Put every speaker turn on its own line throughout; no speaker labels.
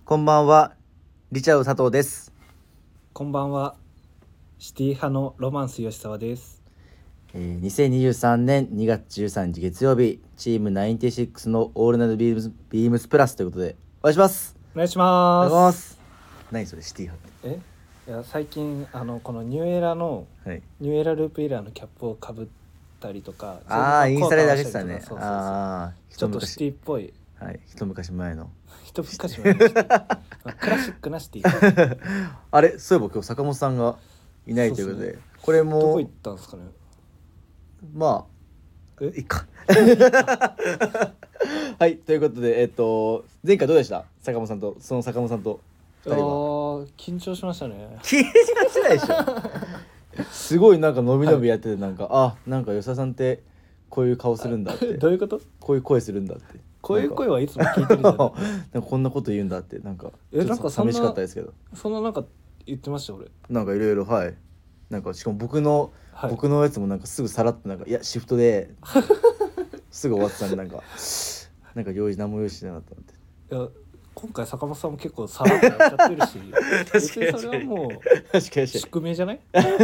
こんばんは、リチャウ佐藤です。
こんばんは。シティ派のロマンス吉沢です。
2023年2月13日月曜日、チーム96のオールナイトビームスプラスということでお願いします。
お願いし
お願いし
ます。
ます。何それシティ派っ
いや最近このニューエラの
て。はい。
ニューエラループエラーのキャップをかぶったりとか、それで
ああ、インスタで
コート合わ
上げてたね。
せたりとか、そうそうそう。
ああ、
ちょっとシティっぽい、
はい、一昔前の。
一昔前のシティクラシックなシティ。
あれ、そういえば今日坂本さんがいないということで、
そうっすね
これ
どこ
も
行ったんですかね。
まあ
え
いいか。はい、ということで、前回どうでした？坂本さんと坂本さんと2人は。
緊張しましたね。
緊張してないでしょ。すごいなんか伸び伸びやってて、なんか、なんか吉田さんってこういう顔するんだって
どういうこと？
こういう声するんだって、
こういう声はいつも聞いてるじゃん。
なんかこんなこと言うんだって、なんかちょっ
なんかそんな
と寂しかったですけど、
そんななんか言ってました俺。
なんかいろいろ、はい、なんかしかも僕のやつもなんかすぐさらって、なんかいやシフトですぐ終わってたんで、なんか何も用意してなかったんで。
いや今回坂本さんも結構さらっとやっちゃってるし別にそれはもう
確かに
宿命じゃない？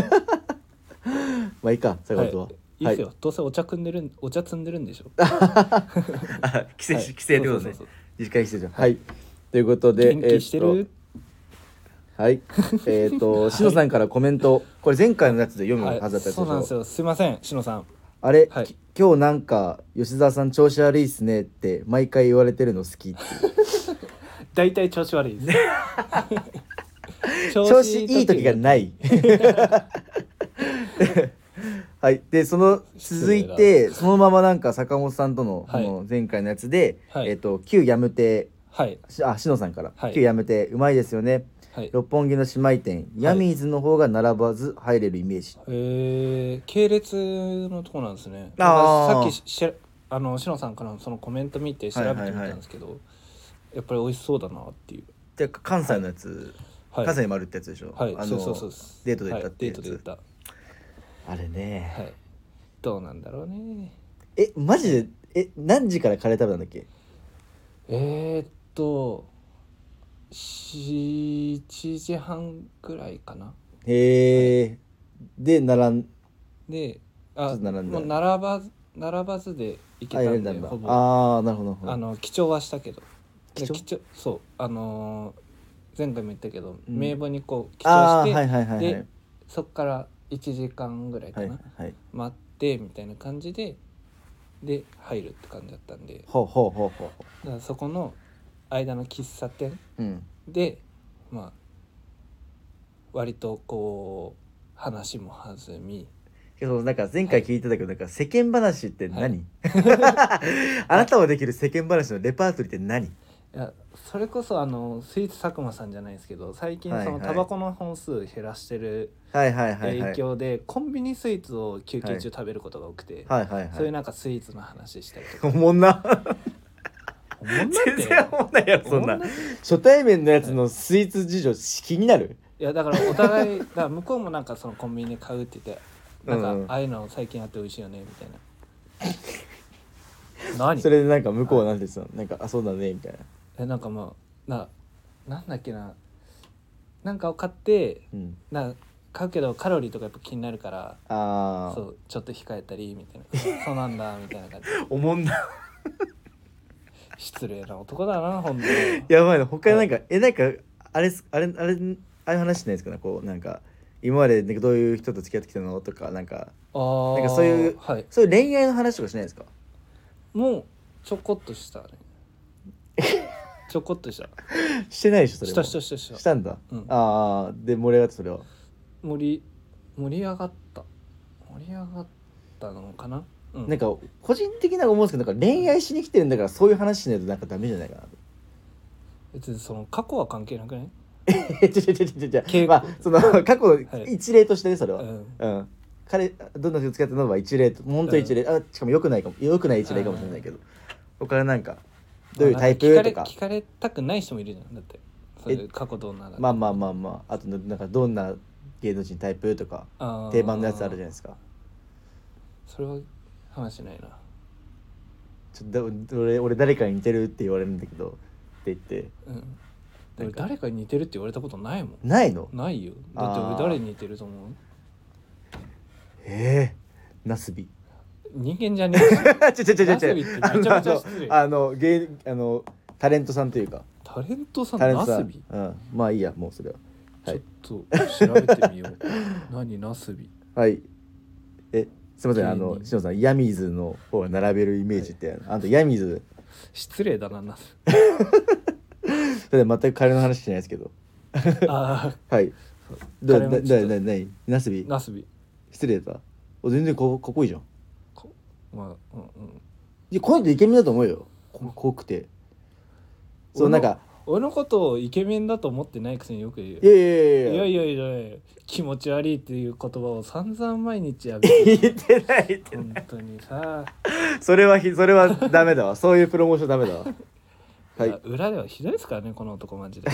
まあいいか、坂本は。
いいですよ、どうせお茶積んでるんでしょ。
規制ってことね。
そう
自治会規制じゃん。はい。ということで、
元気してる？
はい。しのさんからコメント、これ前回のやつで読むはずだったやつでしょ。
そうなんですよ、すいませんしのさん。
あれ、
はい
今日なんか吉沢さん調子悪いっすねって毎回言われてるの好きっていう。
大体調子悪いです
調子いい時がない。はい。で続いてそのままなんか坂本さんとの、
はい
この前回のやつで、
はい
旧やむて
はい
しのさんから、
はい
旧やむてうまいですよね。
はい
六本木の姉妹店、ヤミーズの方が並ばず入れるイメージ。
系列のとこなんですね。
あー
なんかさっきしのさんからのそのコメント見て調べてみたんですけど、やっぱり美味しそうだなっていう。
で関西のやつ、
はい
関西にもあるってやつでしょ。
はいそうです。
デートで行ったってやつ、
はい、デートで行った。
あれね、
はい、どうなんだろうね。
マジで何時からカレー食べたんだっけ。
えー、っと7時半ぐらいかな。
へえ、で
で
ちょっと並んだ
もう並ばずで行けたんで、ほぼ
なるほど
記帳はしたけど、
記帳
そう前回も言ったけど、名簿にこう記
あー
帳して、
はいはいはいはい
でそっから1時間ぐらいかな、
はい
待ってみたいな感じで入るって感じだったんで、
ほうほうほうほ
だからそこの間の喫茶店
う、うん
でまあ割とこう話も弾み、
けどなんか前回聞いてたけど、なんか世間話って何、
は
あなたはできる世間話のレパートリーって何。
いやそれこそスイーツ佐久間さんじゃないですけど、最近
はいはい
そのタバコの本数減らしてる
はいはいはいはい
影響でコンビニスイーツを休憩中食べることが多くて、
はいはいはい
そういうなんかスイーツの話したりとか。
おもんな。
おもんなって
全然おもんないやろそんな
おもんなって
初対面のやつのスイーツ事情気になる。
いやだからお互いだから向こうもなんかそのコンビニで買うって言ってなんか、
うんうん
ああいうの最近あって美味しいよねみたいな何
それでなんか向こうはなんてさ、なんかそうだねみたいな。
なんかまあなんだっけな、なんかを買って
うん
買うけどカロリーとかやっぱ気になるから、
あ
そうちょっと控えたりみたいなそうなんだみたいな感じで
おもんな。
失礼な男だなほんとに。
やばいな。他なんか、なんかあれああいう話しないですかね。こうなんか今までなんかどういう人と付き合ってきたのとか、なんかなんかそういう
はい
そういう恋愛の話とかしないですか。
もうちょこっとしたねちょこっとした
してないでしょそれも。
した
んだ、
うん
ああで盛り上がってそれは。
盛り上がったのかな、うん、
なんか個人的な思うんですけど、なんか恋愛しに来てるんだからそういう話しないとなんかダメじゃないかな。
別にその過去は関係なくない？
まあその過去一例としてねそれは、
うん
うん彼どんな人と付き合ってるのは一例と、本当一例、しかも良くない一例かもしれないけど、他からなんかどういうタイプとか
聞かれたくない人もいるじゃん。だってそれ過去どんなだ
まああとなんかどんな芸能人タイプとか定番のやつあるじゃないですか。
それは話しないな。
俺誰かに似てるって言われるんだけどって言って、
うん、 俺誰かに似てるって言われたことないもん。
ないの？
ないよ。だって俺誰に似てると思う？
ナスビ。
人間じゃねえし。
ちょ
ナスビってめちゃめちゃ失礼。
タレントさんというか。
タレントさん
タレントさん
ナスビ？
まあいいや、もうそれは。はい。
ちょっと調べてみよう。何ナスビ？
はい。すみません、
芸人
しのさん、ヤミーズの方が並べるイメージって、あんたヤミーズ、
失礼だな、ナス。
それで全く彼の話しないですけど。
あ
はい。ナスビ？
ナスビ。
失礼だ。全然かっこいいじゃん。
まあ、
いや、この人イケメンだと思うよ。濃くて。そう、なんか。
俺のことをイケメンだと思ってないくせによく言うよ。いや気持ち悪いっていう言葉を散々毎日浴びて
言ってない
本当にさ。
それはダメだわ。そういうプロモーションダメだわ。
はい。裏ではひどいですからね、この男マジで。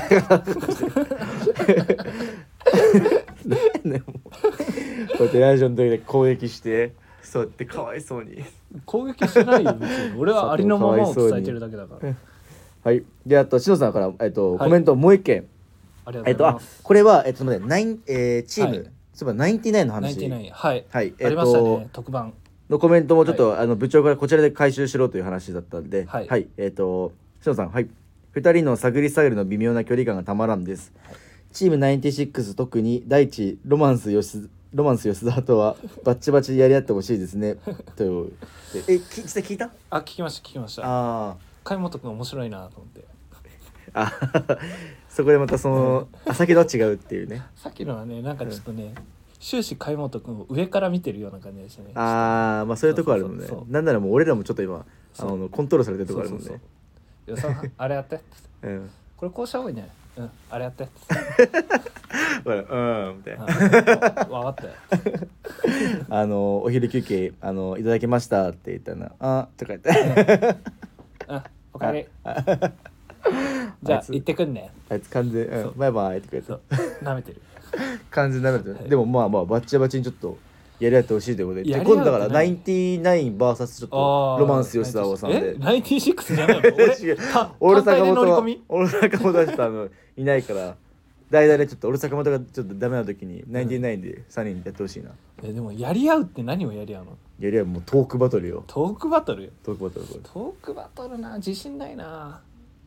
ね、
こうやってラジオの時で攻撃してそうやってかわいそうに
攻撃してないよ別に。俺はありのままを伝えてるだけだから。
はい。で、あとしのさんから、コメントもう一件。
ありがとうございます。
これはチーム、そういえばナインティナインの話。
はい。
はい。
ありましたね、特番
のコメントもちょっと、部長からこちらで回収しろという話だったんで、
はい。
しのさん、はい。2人の探り探りの微妙な距離感がたまらんです。チーム96、特に第一ロマンス吉田とはバッチバチでやり合ってほしいですね。という実際聞いた？
聞きました。貝本君面白いなと思って。
そこでまたその先とは違うっていうね。
さっきのはね、なんかちょっとね、終始貝本君を上から見てるような感じでしたね。
まあそういうとこあるもんね。なんならもう俺らもちょっと今コントロールされてるとこあるもんね。
あれやって。これこうした方がいいね。あれやって。
みたいな。
分かった
よ。お昼休憩いただきましたって言ったらとか言って。
おかえり。じゃあ行ってくんね。
あいつ完全バイバイとか言って。
舐めてる。
完全舐めてる。でもまあバッチバチにちょっとやり合ってほしいということで。今度だから99vsちょっとロマンス吉沢さんで。
96じゃないの？
俺坂本はちょっといないから代打でちょっと俺坂本がちょっとダメな時に99で3人やってほしいな。
でもやり合うって何をやり合うの？
やり合うもうトークバトルよ。
トークバトルな、自信ないな。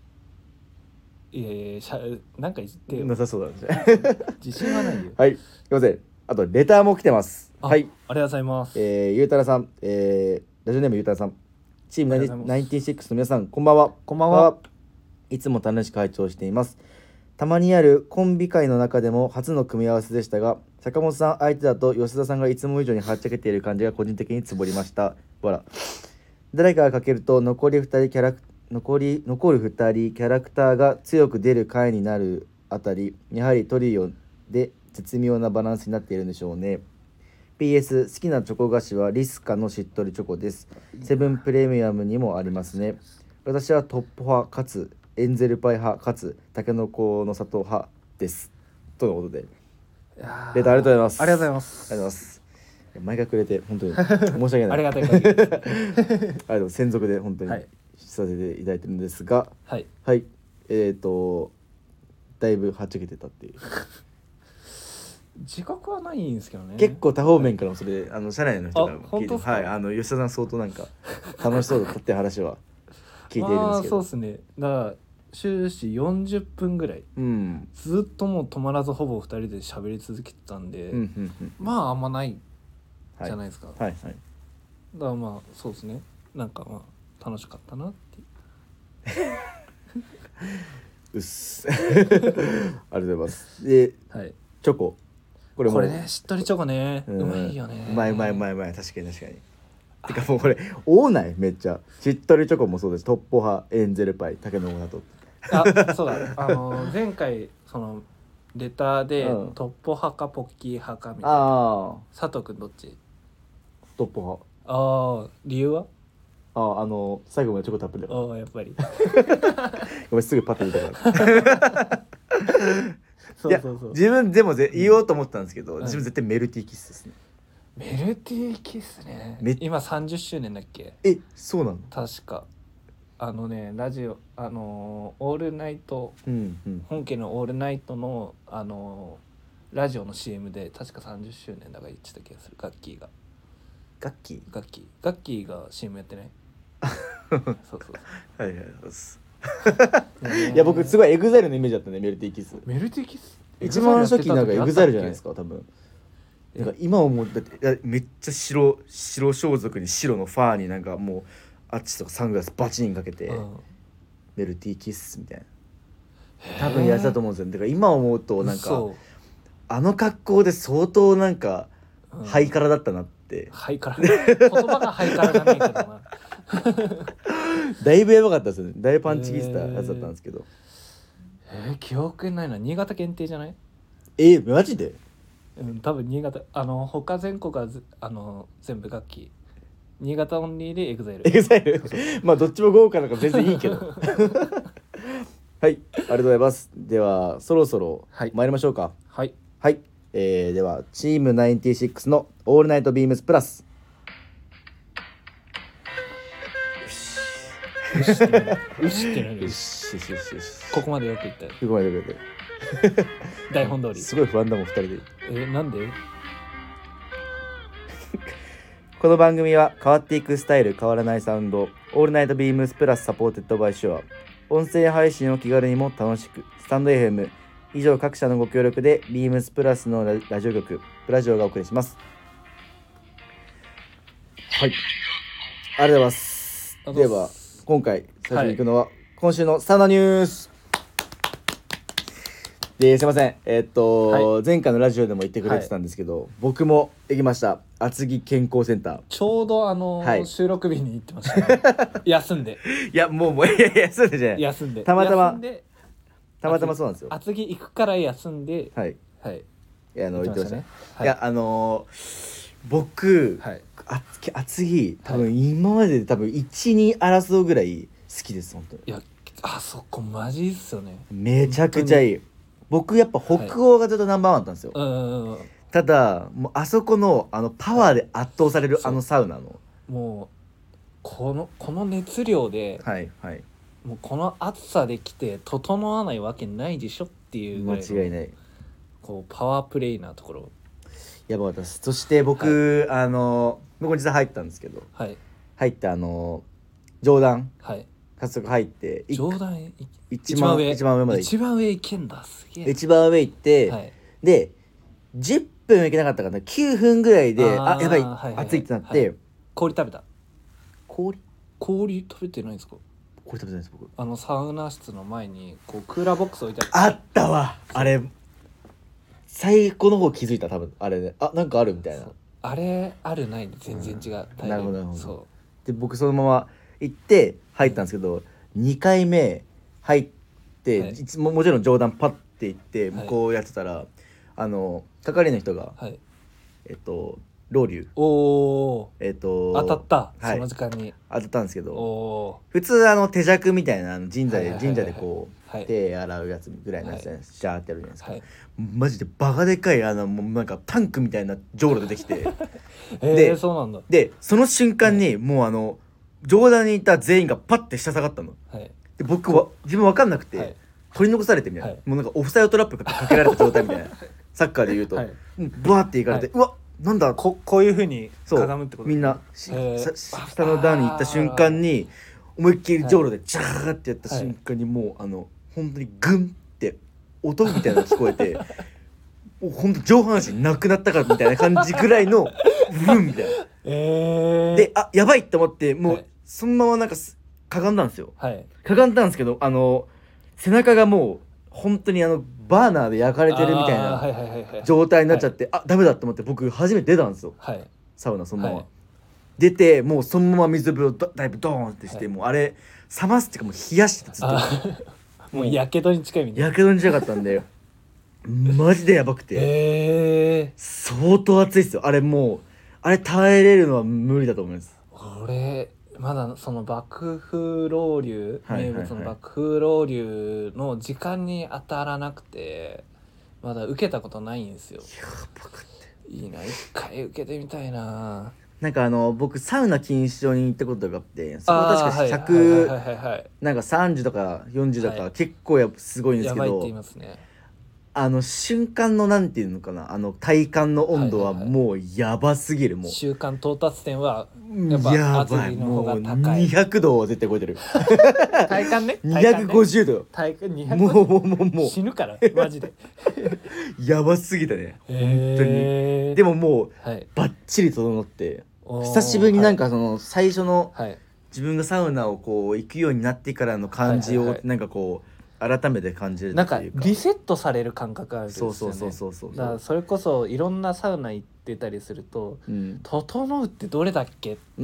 なんか言ってよ。
なさそうだね。
自信はないよ。
はい、すいません。あとレターも来てます。はい、
ありがとうございます。
ゆうたらさん、ラジオネームゆうたらさん、チーム96の皆さん、こんばんは。
こんばんは。
いつも楽しく拝聴しています。たまにあるコンビ会の中でも初の組み合わせでしたが、坂本さん相手だと吉田さんがいつも以上にはっちゃけている感じが個人的につぼりました。誰かがかけると残る2人キャラクターが強く出る回になるあたり、やはりトリオで絶妙なバランスになっているんでしょうね。 PS 好きなチョコ菓子はリスカのしっとりチョコです。セブンプレミアムにもありますね。私はトッポ派かつエンゼルパイ派かつタケノコの里派ですとのことで、レターありがとうございます。
ありがとうございます。
毎回くれて本当に申し訳ない。
ありがたい限りです。
専属で本当にさせていただいてるんですが、
はい、
だいぶはっちゃけてたっていう
自覚はないんですけどね。
結構多方面からもそれ社内の人からも聞いて、
はい、
吉田さん相当なんか楽しそうだったって話は聞いているんですけど、
そうですね。だから終始40分ぐらい、ずっともう止まらずほぼ2人で喋り続けてたんで、まああんまないじゃないですか。だからまあそうですね。なんかまあ楽しかったなっていう
うっすありがとうございます。で、チョコこれね、
しっとりチョコね、うまいよね。
うまい確かにてかもうこれ多ないめっちゃ。しっとりチョコもそうです。トッポ派エンゼルパイタケノコだと
そうだ前回そのレターで、トッポ派かポッキー派かみたいな。佐藤くんどっち？
トッポ派。
理由は？
最後までチョコたっぷりだから。
やっぱり
ごめんすぐパッと見たからそう自分でも言おうと思ったんですけど、自分絶対メルティーキスですね。
メルティーキスね。今30周年だっけ？
そうなの？
確かラジオオールナイト、本家のオールナイトのラジオの CM で確か30周年だから言ってた気がする。ガッキーが CM やってないそう
はいはいいや僕すごいエグザイルのイメージだったね。メルティーキス一番初期なんかエグザイルじゃないですか多分。なんか今思ってめっちゃ白装束に白のファーになんかもうあっちとかサングラスバチンかけて、メルティーキスみたいな多分やってたと思うんですよ。だから今思うとなんかあの格好で相当なんかハイカラだったなって。
ハイカラ言葉がハイカラじゃないけどな
だいぶやばかったですよね。だいぶパンチキスたやつだったんですけど、
記憶にないな。新潟限定じゃない？
マジで？
多分新潟他全国は全部楽器、新潟オンリーでエグザイル
まあどっちも豪華だから全然いいけどはい、ありがとうございます。ではそろそろ参りましょうか。
はい、
ではチーム96のオールナイトビームスプラス。
うしって何？ここまでよく言ったよ。
台本通り。すごい不安だもん2人
で。なんで？
この番組は変わっていくスタイル、変わらないサウンド、オールナイトビームスプラスサポーテッドバイシュア。音声配信を気軽にも楽しく、スタンド FM 以上各社のご協力でビームスプラスのラジオ局プラジオがお送りします。はい、ありがとうございます。では今回最初に行くのは、今週のサウナニュースですいません、前回のラジオでも言ってくれてたんですけど、僕も行きました。厚木健康センター。
ちょうど収録日に行ってました、ね、休んで。
いやもう休んでじゃない。
休んで
たまたまそうなんですよ。
厚木行くから休んで。
はい言ってましたね。
いや
僕、厚木多分今までで1、2争うぐらい好きです本当に。
いやあそこマジっすよね。
めちゃくちゃいい。僕やっぱ北欧がずっとナンバーワンだったんですよ。ただもうあそこのパワーで圧倒されるサウナの
もうこの熱量で、もうこの暑さで来て整わないわけないでしょっていうぐらいの
間違いない。
こうパワープレイなところ
やばかったです。そして僕、僕実は入ったんですけど、入って上段、早速入って
上段
一番上まで
一番上行けんだ。すげえ。
一番上行って、で10分行けなかったかな、9分ぐらいでやばい、暑いってなって、
氷食べた。
氷
食べてないんですか？
氷食べてないです僕。
サウナ室の前にこうクーラーボックス置いて
あったわ。あれ最後の方気づいた多分あれで、なんかあるみたいな。
あれあるない全然違う。
なるほどそうで僕そのまま行って入ったんですけど、2回目入って、もちろん上段パッて行って向こうやってたら、係員の人が、ロウリュ
当たった、その時間に
当たったんですけど、普通手酌みたいな神社でこう手洗うやつぐらいのやつでシャーってやるじゃないですか。マジでバカでかいもうなんかタンクみたいなじょうろ出てきて
でそうなんだ。
でその瞬間にもう上段にいた全員がパッて下下がったの。で僕は自分分かんなくて、取り残されてみたいな、もうなんかオフサイドトラップかけられた状態みたいなサッカーで言うと、ブワーっていかれて、うわなんだ
こういう風にかがむってこと。
みんな下の段に行った瞬間に思いっきりじょうろでジャーってやった瞬間に、もう本当にグンって音みたいなのが聞こえてもう本当上半身なくなったかみたいな感じぐらいのブンみたいな。でやばいって思ってもうそのままなんかかがんだんですよ。かがんだんですけど背中がもう本当にバーナーで焼かれてるみたいな状態になっちゃって、ダメだと思って僕初めて出たんですよ、サウナそのまま、出てもうそのまま水風呂だいぶドーンってして、もうあれ冷ますっていうかもう冷やしてずっと
もうやけどに近いみたいな。
やけどに近かったんでマジでやばくて、相当暑いっすよあれ。もうあれ耐えれるのは無理だと思います。
俺まだその爆風ロウリュ、名物の爆風ロウリュの時間に当たらなくてまだ受けたことないんですよ。
やばくて
いいな、一回受けてみたいな。
なんか僕サウナ禁止場に行ったことがあって、そこは確か100なんか30とか40とか結構すごいんですけど、やばいって言いますね。瞬間のなんていうのかな、体感の温度はもうやばすぎる。もう
瞬間到達点はやっぱ厚木の方が高い。
200度は絶対超えてる。
体感ね。
250度。
体感250度。もう死ぬからマジで。
やばすぎたね本当に。でももうバッチリ整って、久しぶりになんかその最初の自分がサウナをこう行くようになってからの感じをなんかこう改めて感じる
なんかリセットされる感覚あるんですよね。そうだからそれこそいろんなサウナ行ってたりすると、整うってどれだっけっていう、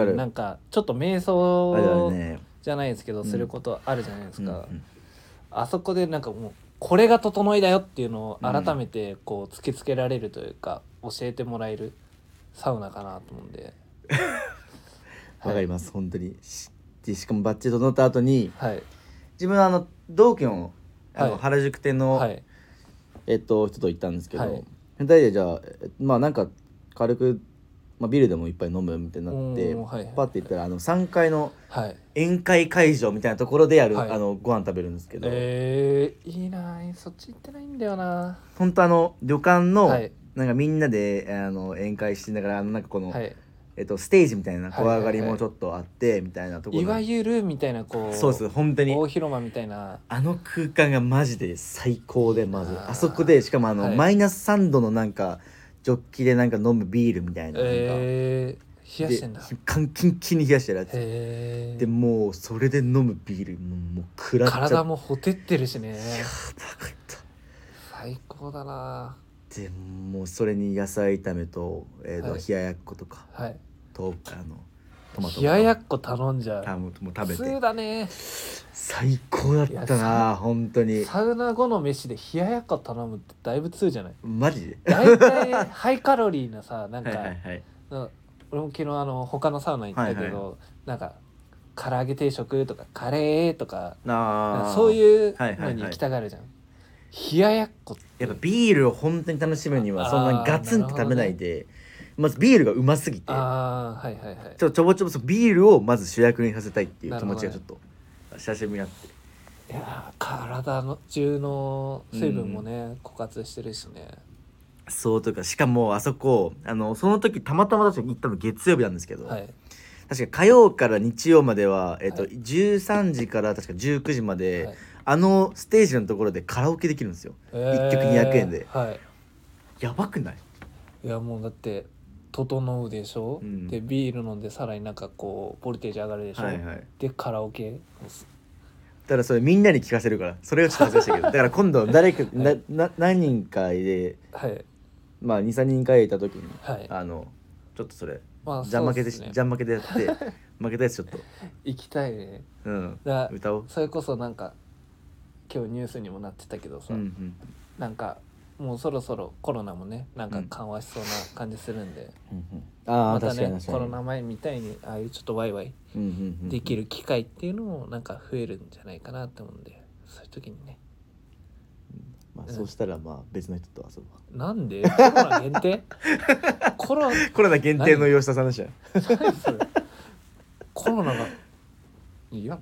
なんかちょっと瞑想じゃないですけどすることあるじゃないですか。あそこでなんかもうこれが整いだよっていうのを改めてこう突きつけられるというか教えてもらえるサウナかなと思うんで。
わかります本当に。しかもバッチリ整った後に、自分は同期の原宿店の人と行ったんですけど、2人でじゃあまあなんか軽くビールでもいっぱい飲むみたいになってパッて行ったら3階の宴会会場みたいなところでやるご飯食べるんですけど、
いいな。そっち行ってないんだよな。
本当旅館のなんかみんなで宴会しながらなんかこのステージみたいな小上がりもちょっとあってみたいなところ、
いわゆるみたいなこう
そうです本当に
大広間みたいな
空間がマジで最高で、まずあそこでしかもマイナス3度のなんかジョッキでなんか飲むビールみたいな、
冷やしてんだ。
キンキンに冷やしてるやつで、もうそれで飲むビールもう食らっちゃって、
体もほてってるしね。やばか
った
最高だな。
でもうそれに野菜炒めと冷ややっことかとトマト
冷ややっこ頼んじゃう。
もう食べて
普通だね。
最高だったな本当に。
サウナ後の飯で冷ややっこ頼むってだいぶ通じゃない？
マジで
だいたいハイカロリーなさなんか俺も昨日他のサウナ行ったけど、なんか唐揚げ定食とかカレーとかそういうのに行きたがるじゃん。冷ややっこ
やっぱビールを本当に楽しむにはそんなガツンって食べないで、まずビールがうますぎて、ちょぼちょぼビールをまず主役にさせたいっていう気持ちがちょっと久しぶりにあって、
いや体の中の水分もね、枯渇してるしね。
そうとかしかもあそこその時たまたま確かに行ったの月曜日なんですけど、確か火曜から日曜までは、13時から確か19時まで、ステージのところでカラオケできるんですよ、1曲200円で、やばくない？
いやもうだって整うでしょ、でビール飲んでさらになんかこうボルテージ上がるでしょ、でカラオケだ
からそれみんなに聞かせるからそれをちょっと外したけどだから今度誰か何人かで、まあ 2,3 人かいた時に、ちょっとそれじゃん負けでやって負けたやつちょっと
行きたいね。
歌おう。
それこそなんか今日ニュースにもなってたけどさ、なんかもうそろそろコロナもねなんか緩和しそうな感じするんで、またねコロナ前みたいにああいうちょっとワイワイできる機会っていうのもなんか増えるんじゃないかなと思うんで、そういう時にね、
そうしたらまあ別の人と遊ぶ
わ。なんでコロナ限定コロ
ナ限定の吉田さんでしたよ。
コロナがいやも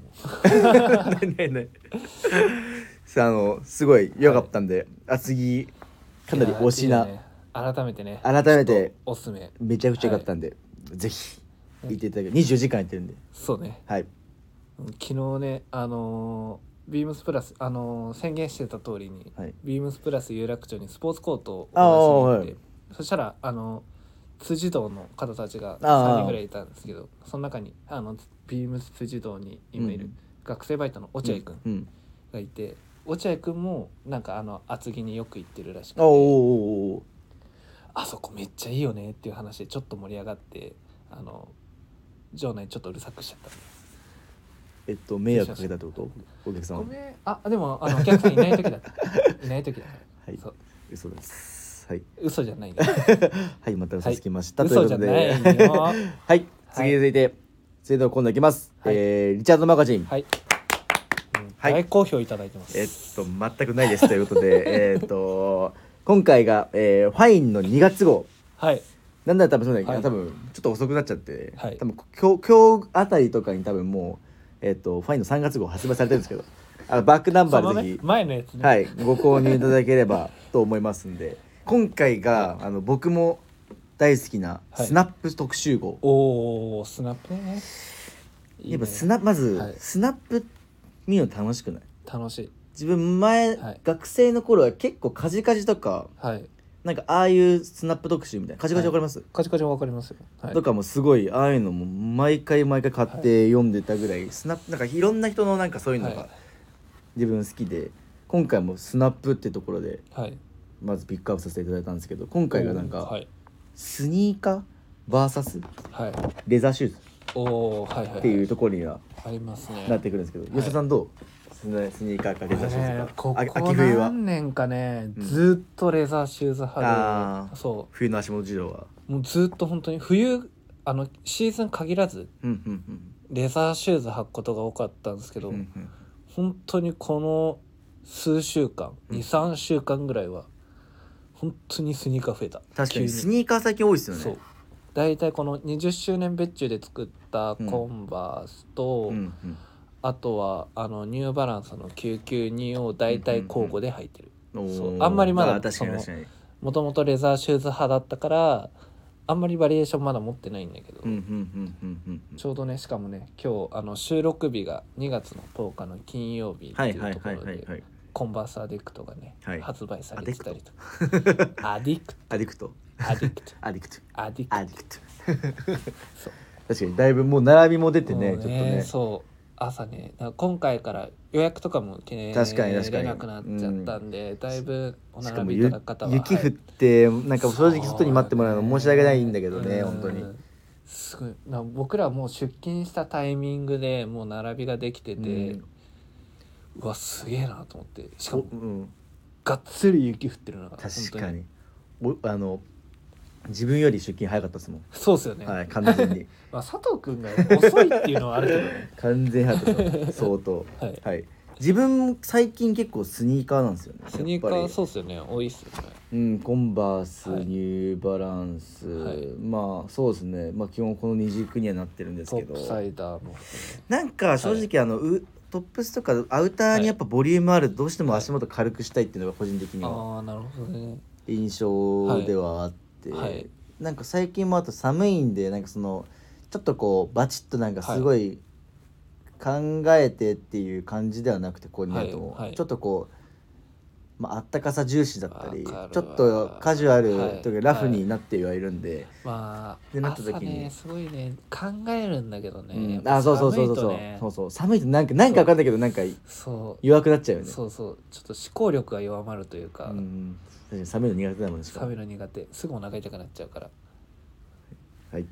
うすごい良かったんで、厚木かなり推しな、
改めておすすめ
めちゃくちゃ良かったんで、ぜひ行っていただけ24時間やってるんで。
そうね、昨日ねビームスプラス宣言してた通りに、ビームスプラス有楽町にスポーツコートをオープンして、そしたら辻堂の方たちが3人ぐらいいたんですけど、その中にビームス辻堂に今いる学生バイトの落合くんがいて、落合くんもなんか厚木によく行ってるらしくて、あそこめっちゃいいよねっていう話でちょっと盛り上がって場内ちょっとうるさくしちゃったんで。
迷惑かけたってこと？お客さん。
ごめん。でもお客さんいない時だった。いない時だから。そう。
嘘です。
嘘じゃないね。
はい、また嘘つきました。
嘘じゃないよ。
はい、次続いて今度いきます。リチャードマガジン。
大好評いただいてます。
全くないですということで、今回がファインの2月号なんだら多分そうだけど、
はい、
多分ちょっと遅くなっちゃって、
はい、
多分今日あたりとかに多分もうファインの3月号発売されてるんですけど、バックナンバーでぜひ、
ね、前のやつね、
はい、ご購入いただければと思いますんで、今回が、
はい、
僕も大好きなスナップ特集号、
おお、スナップね、いいね。
やっぱまず、
はい、
スナップ見るの楽しくない？
楽しい。
自分前、
はい、
学生の頃は結構カジカジとか、
はい、
なんかああいうスナップ特集みたいな、カジカジわかります？
カジカジわかりますよ、はい、
とかもすごいああいうのも毎回買って読んでたぐらい、スナップなんかいろんな人のなんかそういうのが自分好きで、今回もスナップってところでまずピックアップさせていただいたんですけど、今回がなんかスニーカー VS レザーシューズっていうところにはなってくるんですけど、吉田さんどう？スニーカーかレザーシューズか。
ここ何年かね、ずっとレザーシューズ派で、そう、
冬の足元事情は
もうずっと本当に冬シーズン限らず、レザーシューズ履くことが多かったんですけど、本当にこの数週間、2,3週間ぐらいは本当にスニーカー増えた。
確かにスニーカー最近多いですよね。
そう、だいたいこの20周年別注で作ったコンバースと、あとはニューバランスの992をだいたい交互で履いてる。そうあんまりまだもともとレザーシューズ派だったからあんまりバリエーションまだ持ってないんだけど、ちょうどね、しかもね今日収録日が2月の10日の金曜日っていうところでコンバースアディクトがね、発売されてたりとか。アディクトそう
確かにだいぶもう並びも出てね、ちょっとね、
そう朝ね、今回から予約とかもれなくなっちゃったんで、だいぶお並びいただく方は
雪降ってなんか正直外に待ってもらうの申し訳ないんだけどね、本当に
すごい僕らもう出勤したタイミングでもう並びができてて、うわすげえなと思って、しかも、がっつり雪降ってるのが
確かに自分より出勤早かったですもん。
そうですよね、
はい、完全に
佐藤君が遅いっていうのはあるけどね
完全早かったです相当はい、自分最近結構スニーカーなんですよね。
スニーカーそうっすよね、多いっすよね。
コンバース、ニューバランス、まあそうですね、基本この二軸にはなってるんですけど、
トップサイダーも
なんか正直トップスとかアウターにやっぱボリュームあるとどうしても足元軽くしたいっていうのが個人的には印象ではあって、なんか最近もあと寒いんで、なんかそのちょっとこうバチッとなんかすごい考えてっていう感じではなくて、こう見るとちょっとこう、あったかさ重視だったりちょっとカジュアルというかラフになってはいるんで、で
な
った時に
すごいね考えるんだけどね、
そう寒いとなんか分かんないけどなんか弱くなっちゃうよね。
そうちょっと思考力が弱まるというか、
寒いの苦手だもんね。
寒いの苦手、すぐお腹痛くなっちゃうから。
はい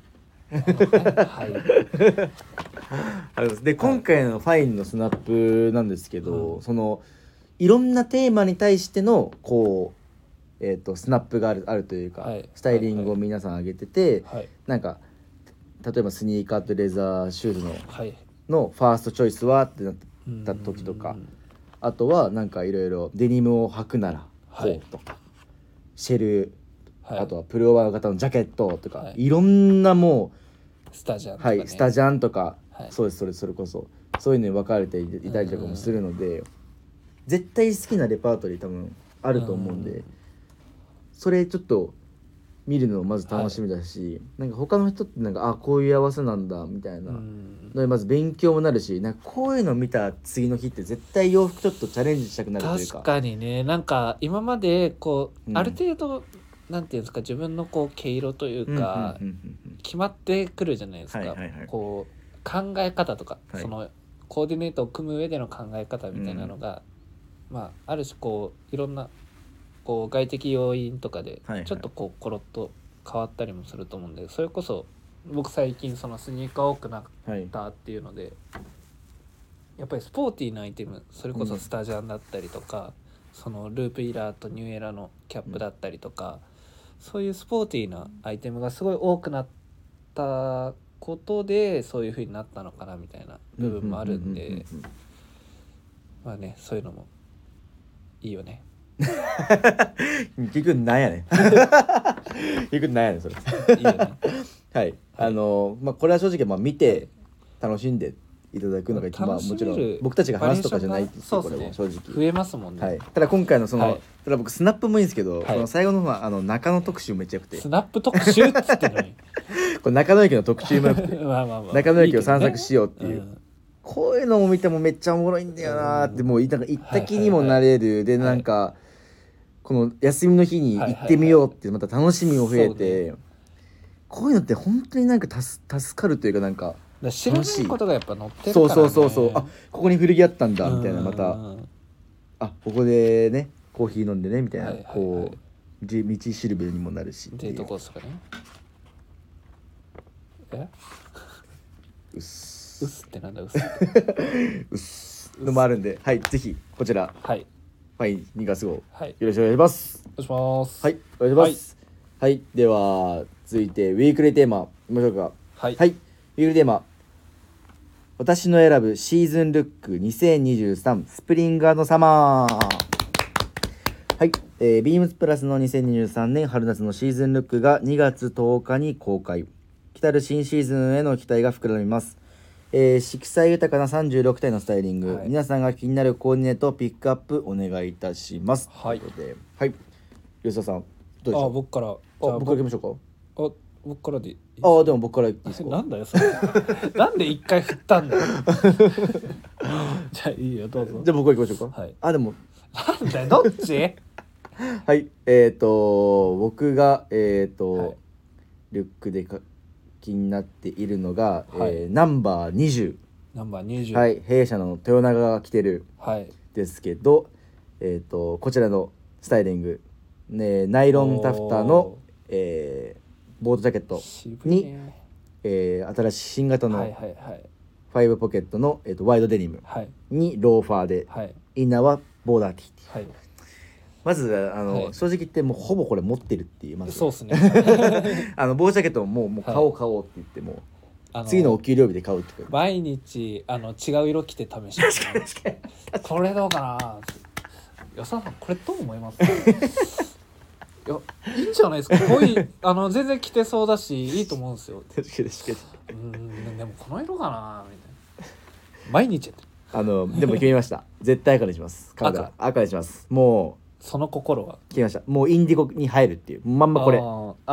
で今回のファインのスナップなんですけど、そのいろんなテーマに対してのこう、スナップがあるというか、スタイリングを皆さん上げてて、なんか例えばスニーカーとレザーシューズのファーストチョイスはってなった時とか、あとはなんかいろいろデニムを履くならこうとか、シェル、あとはプルオーバー型のジャケットとか、いろんなもう
スタジャンとかね、
スタジャンとか、そうですそれこそそういうのに分かれていたりとかもするので、絶対好きなレパートリー多分あると思うんで、それちょっと見るのまず楽しみだし、なんか他の人ってなんかこういう合わせなんだみたいなのでまず勉強もなるし、なんかこういうの見た次の日って絶対洋服ちょっとチャレンジしたくなるというか。
確かにね、なんか今までこう、ある程度なんていうんですか、自分のこう毛色というか決まってくるじゃないですか、こう考え方とか、そのコーディネートを組む上での考え方みたいなのが、ある種こういろんなこう外的要因とかでちょっとこうコロッと変わったりもすると思うんで、それこそ僕最近そのスニーカー多くなったっていうので、やっぱりスポーティーなアイテム、それこそスタジャンだったりとか、そのループイラーとニューエラのキャップだったりとか、そういうスポーティーなアイテムがすごい多くなったことでそういう風になったのかなみたいな部分もあるんで、そういうのもいいよね。
結局なんやねいうことないやねんそれ
いいよね。
はい、これは正直見て楽しんでいただくのが一番、もちろん僕たちが話すとかじゃないっていう、これも正直
増えますもんね。
はい、ただ今回のただ僕スナップもいいんですけど、
はい、
その最後の方は中野特集めっちゃよくて、
スナップ特集っつってのに
これ中野駅の特集もよくて中野駅を散策しようっていう、こういうのも見てもめっちゃおもろいんだよなって、もうなんか行った気にもなれる、でなんかこの休みの日に行ってみようってまた楽しみも増えて、こういうのって本当になんか助かるというか、なんか
知らないことがやっぱ載ってるからね。
そうあ、ここに古着あったんだみたいな、またあ、ここでねコーヒー飲んでねみたいな、こう道しるべにもなるし、
デートコースとかね。
うっす
ってなんだうっ
すのもあるんで、はい、ぜひこちら、
はい、
ファイ2月号、
はい、
よろしくお願いします。
お願いします。
はい、お願いします。はい、では続いてウィークリーテーマいきましょうか。
はい、
ウィークリーテーマ、私の選ぶシーズンルック2023スプリング&サマー。はい、ビームスプラスの2023年春夏のシーズンルックが2月10日に公開。来たる新シーズンへの期待が膨らみます。色彩豊かな36体のスタイリング、はい、皆さんが気になるコーディネートをピックアップお願いいたします。
はい、
ということで、はい、吉田さんどうでしょう。
僕から
僕から行きましょうか。
僕からでいい
でも僕からいいですか。
なんだよそれなんで一回振ったんだよじゃあいいよどうぞ。
じゃあ僕から行きましょうか。
はい、
でも
なんだよどっち
はい、僕がはい、ルックで気になっているのが、
はい、
ナンバー20、はい、弊社の豊永が着てるですけど、こちらのスタイリング、ね、ナイロンタフタの、ボートジャケットに、新しい新型の5ポケットの、ワイドデニムにローファーで、はい、インナーはボーダーティー、はい、まずはい、正直言ってもうほぼこれ持ってるっていう、まず
そうですね
ボートジャケットももう買おうって言っても、次のお給料日で買うって
毎日違う色着て試して確かにこれどうかな。吉田さんこれどう思いますいやいいんじゃないですか。こういう全然着てそうだしいいと思うんですよ。
確かに
でもこの色かなみたいな。毎日やって
るでも決めました絶対赤にします。赤にします。もう
その心は
決めました。もうインディゴに入るっていうまんまこれ。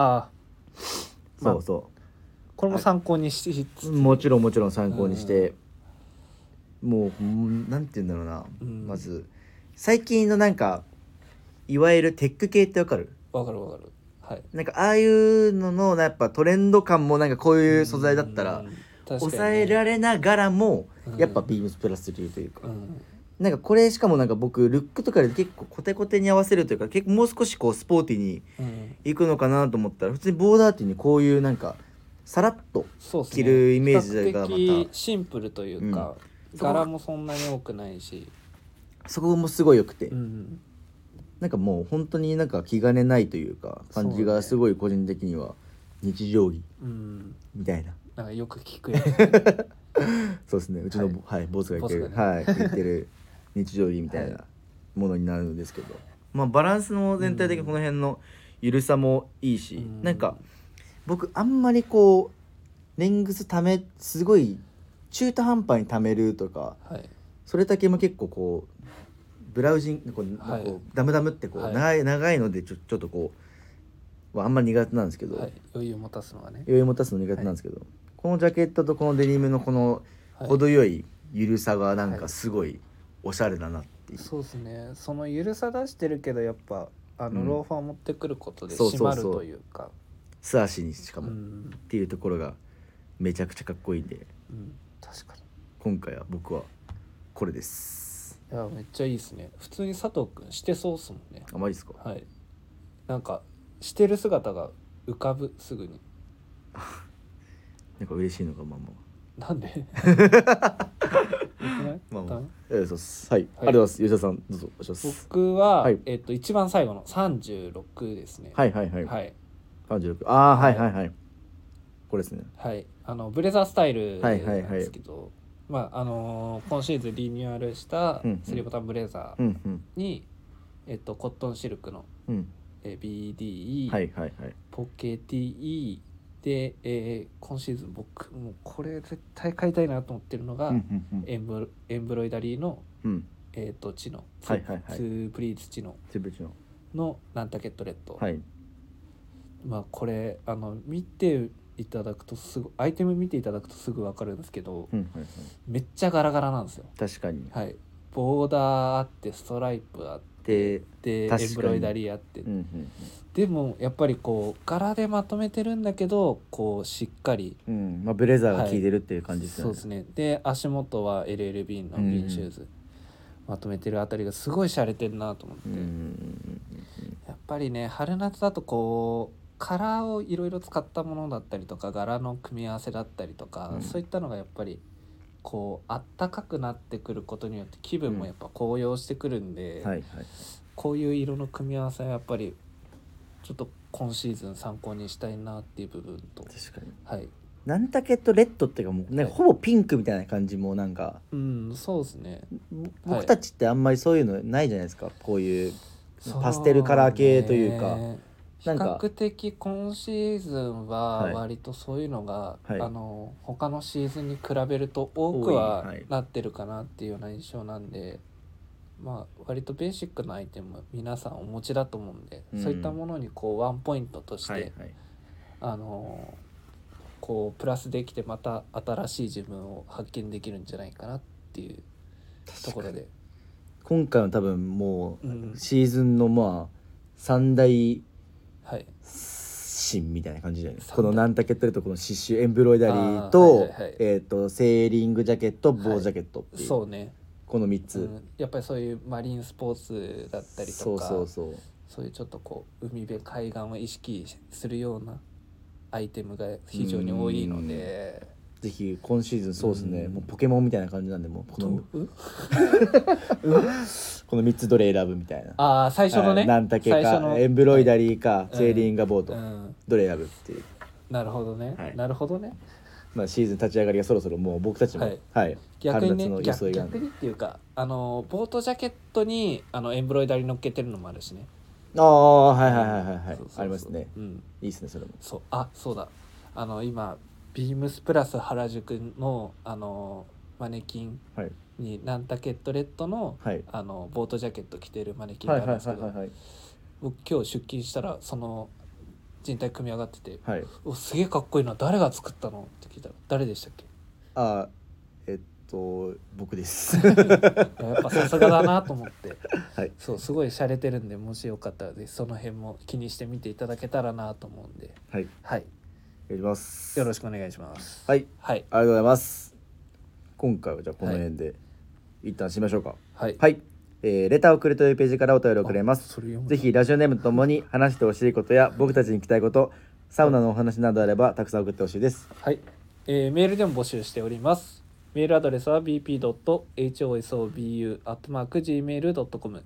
そう
これも参考にし、
もちろん参考にして、もうなんて言うんだろうな、まず最近のなんかいわゆるテック系ってわかる？
わかる、はい、
なんかああいうののやっぱトレンド感もなんかこういう素材だったら抑えられながらもやっぱビームスプラス流というか、なんかこれしかもなんか僕ルックとかで結構コテコテに合わせるというか、結構もう少しこうスポーティーにいくのかなと思ったら、普通にボーダーティーにこういうなんかさらっと着るイメージがまた、
比較的シンプルというか、柄もそんなに多くないし、
そこもすごい良くて、なんかもう本当になんか気兼ねないというか感じがすごい個人的には日常着みたいな、
なんかよく聞くやつ
そうですね、うちの、ボスが言ってる日常着みたいなものになるんですけど、バランスの全体的にこの辺の緩さもいいし、なんか僕あんまりこうレングスすごい中途半端に貯めるとか、それだけも結構こうブラウジンこうダムダムってこう長いのでちょっとこうあんまり苦手なんですけど、
余裕持たすの苦
手なんですけど、このジャケットとこのデニムのこの程よい緩さがなんかすごいおしゃれだなっていう、
そうですね。その緩さ出してるけどやっぱローファー持ってくることで締まるというか、
素足にしかもっていうところがめちゃくちゃかっこいいんで、
確かに
今回は僕はこれです。
いやめっちゃいいですね。普通に佐藤くんしてそうっすもんね。
マジですか？
はい、なんかしてる姿が浮かぶ、すぐに
なんか嬉しいのか
なんで
そうです。はい、ありがとうございます。吉田さんどうぞお願いします。
僕は、一番最後の36ですね。
はい、36、これですね。
ブレザースタイルなんですけど、今シーズンリニューアルしたスリーボタンブレザーに、コットンシルクの、BD、 統計 TE で、今シーズン僕もうこれ絶対買いたいなと思ってるのが、エンブロイダリーの、チノ、ツープリーズチノのナンタケットレッド、まあこれ見ていただくとアイテム見ていただくとすぐ分かるんですけど、めっちゃガラガラなんですよ。
確かに、
ボーダーあってストライプあってでエンブロイダリーあって、でもやっぱりこう柄でまとめてるんだけどこうしっかり、
ブレザーが効いてるっていう感じですよね。
そうですね。で足元は LLB のビンシューズ、まとめてるあたりがすごい洒落てるなと思って、やっぱりね春夏だとこうカラーをいろいろ使ったものだったりとか柄の組み合わせだったりとか、そういったのがやっぱりこうあったかくなってくることによって気分もやっぱ高揚してくるんで、こういう色の組み合わせはやっぱりちょっと今シーズン参考にしたいなっていう部分と、
確かに、ナンタケットレッドっていうかもうなんかほぼピンクみたいな感じもなんか、
そうですね。
僕たちってあんまりそういうのないじゃないですか、こういうパステルカラー系というか。
比較的今シーズンは割とそういうのが、他のシーズンに比べると多くはなってるかなっていうような印象なんで、まあ割とベーシックなアイテム皆さんお持ちだと思うんで、そういったものにこうワンポイントとして、こうプラスできてまた新しい自分を発見できるんじゃないかなっていうところで、
今回は多分もうシーズンのまあ3大芯みたいな感じじゃないですか。このナンタケットレッド、この刺繍エンブロイダリーと、セーリングジャケット、ボージャケットっていう、
そうね、
この3つ、
やっぱりそういうマリンスポーツだったりとか、そういうちょっとこう海辺海岸を意識するようなアイテムが非常に多いので、
ぜひ今シーズンそうですね、もうポケモンみたいな感じなんで、もうこのこの3つどれ選ぶみたいな。
最初のね、
ナンタケかエンブロイダリーかセーリングボード、どれ選ぶっていう。
なるほどね、なるほどね。
まあシーズン立ち上がりがそろそろもう僕たちも
逆にね、逆にっていうかボートジャケットにエンブロイダリー乗っけてるのもあるしね。
ありますね。いいですねそれも。
そうだ、今ビームスプラス原宿のマネキンにナンタケットレッドのボートジャケット着てるマネキンがあるんですけど、僕今日出勤したらその人体組み上がってて、すげえかっこいいな、誰が作ったのって聞いたら、誰でしたっけ？
僕です
やっぱさすがだなと思って、そうすごい洒落てるんで、もしよかったらその辺も気にしてみていただけたらなと思うんで、
やります。
よろしくお願いします。
ありがとうございます。今回はじゃあこの辺で一旦しましょうか。レターを送るというページからお便りをくれます。ぜひラジオネームとともに話してほしいことや僕たちに聞きたいこと、サウナのお話などあればたくさん送ってほしいです。
メールでも募集しております。メールアドレスは bp.hosobu@gmail.com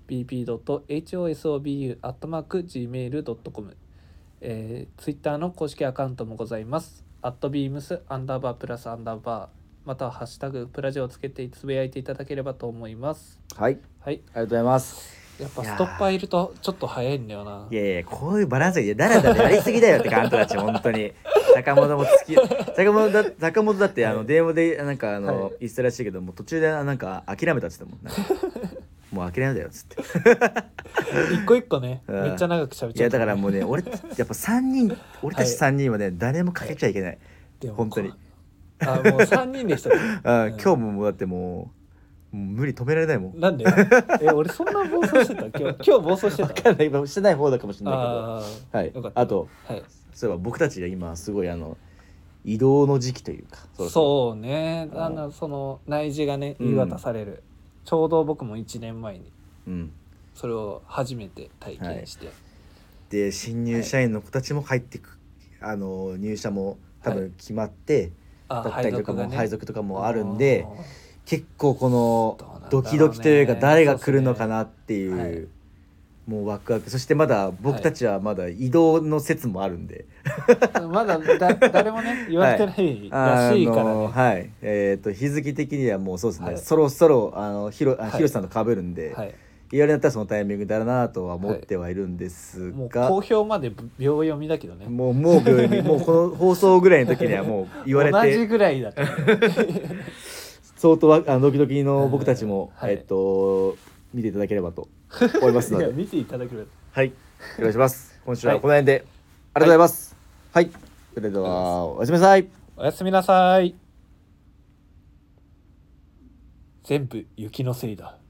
bp.hosobu@gmail.com、ツイッターの公式アカウントもございます。@beams_+_ またはハッシュタグプラジオをつけてつぶやいていただければと思います。
ありがとうございます。
やっぱストッパーいるとちょっと早いんだよな。
いやこういうバランスがだらだらやりすぎだよってか、あんたたち本当に。坂本だって電話でなんか言ってたらしいけど、もう途中でなんか諦めたっつってもん。もう諦めだよっつって。
一個一個ね、めっちゃ長く喋っちゃった。
いやだからもうね、俺やっぱ3人、俺たち3人はね、誰もかけちゃいけない。本当に。
もう3人でしたね。
今日もだってもう無理、止められないもん。
なんで？俺そんな暴走してた？今日暴走してた？
分かんない、してない方だかもしれないけど。あと、そういえば僕たちが今すごい移動の時期というか。
そうね。その内示がね言い渡される。ちょうど僕も1年前にそれを初めて体験して。
で新入社員の子たちも入ってく、入社も多分決まってだったりとかも配属とかもあるんで、結構このドキドキというか誰が来るのかなっていう、もうワクワク。そしてまだ僕たちはまだ移動の説もあるんで、
まだ誰もね言われてないらしいからね。
日付的にはもうそうですね、そろそろヒロさんと被るんで、 言われたらそのタイミングだなとは思ってはいるんですが、
もう好評まで秒読みだけどね。
もう秒読みもうこの放送ぐらいの時にはもう言われて
同じぐらいだった、ね、
相当ドキドキの僕たちも、見ていただければと思いますので
見ていただければ
はいお願いします。今週はこの辺で、ありがとうございます。はい、それではおやすみなさい。
おやすみなさい。全部雪のせいだ。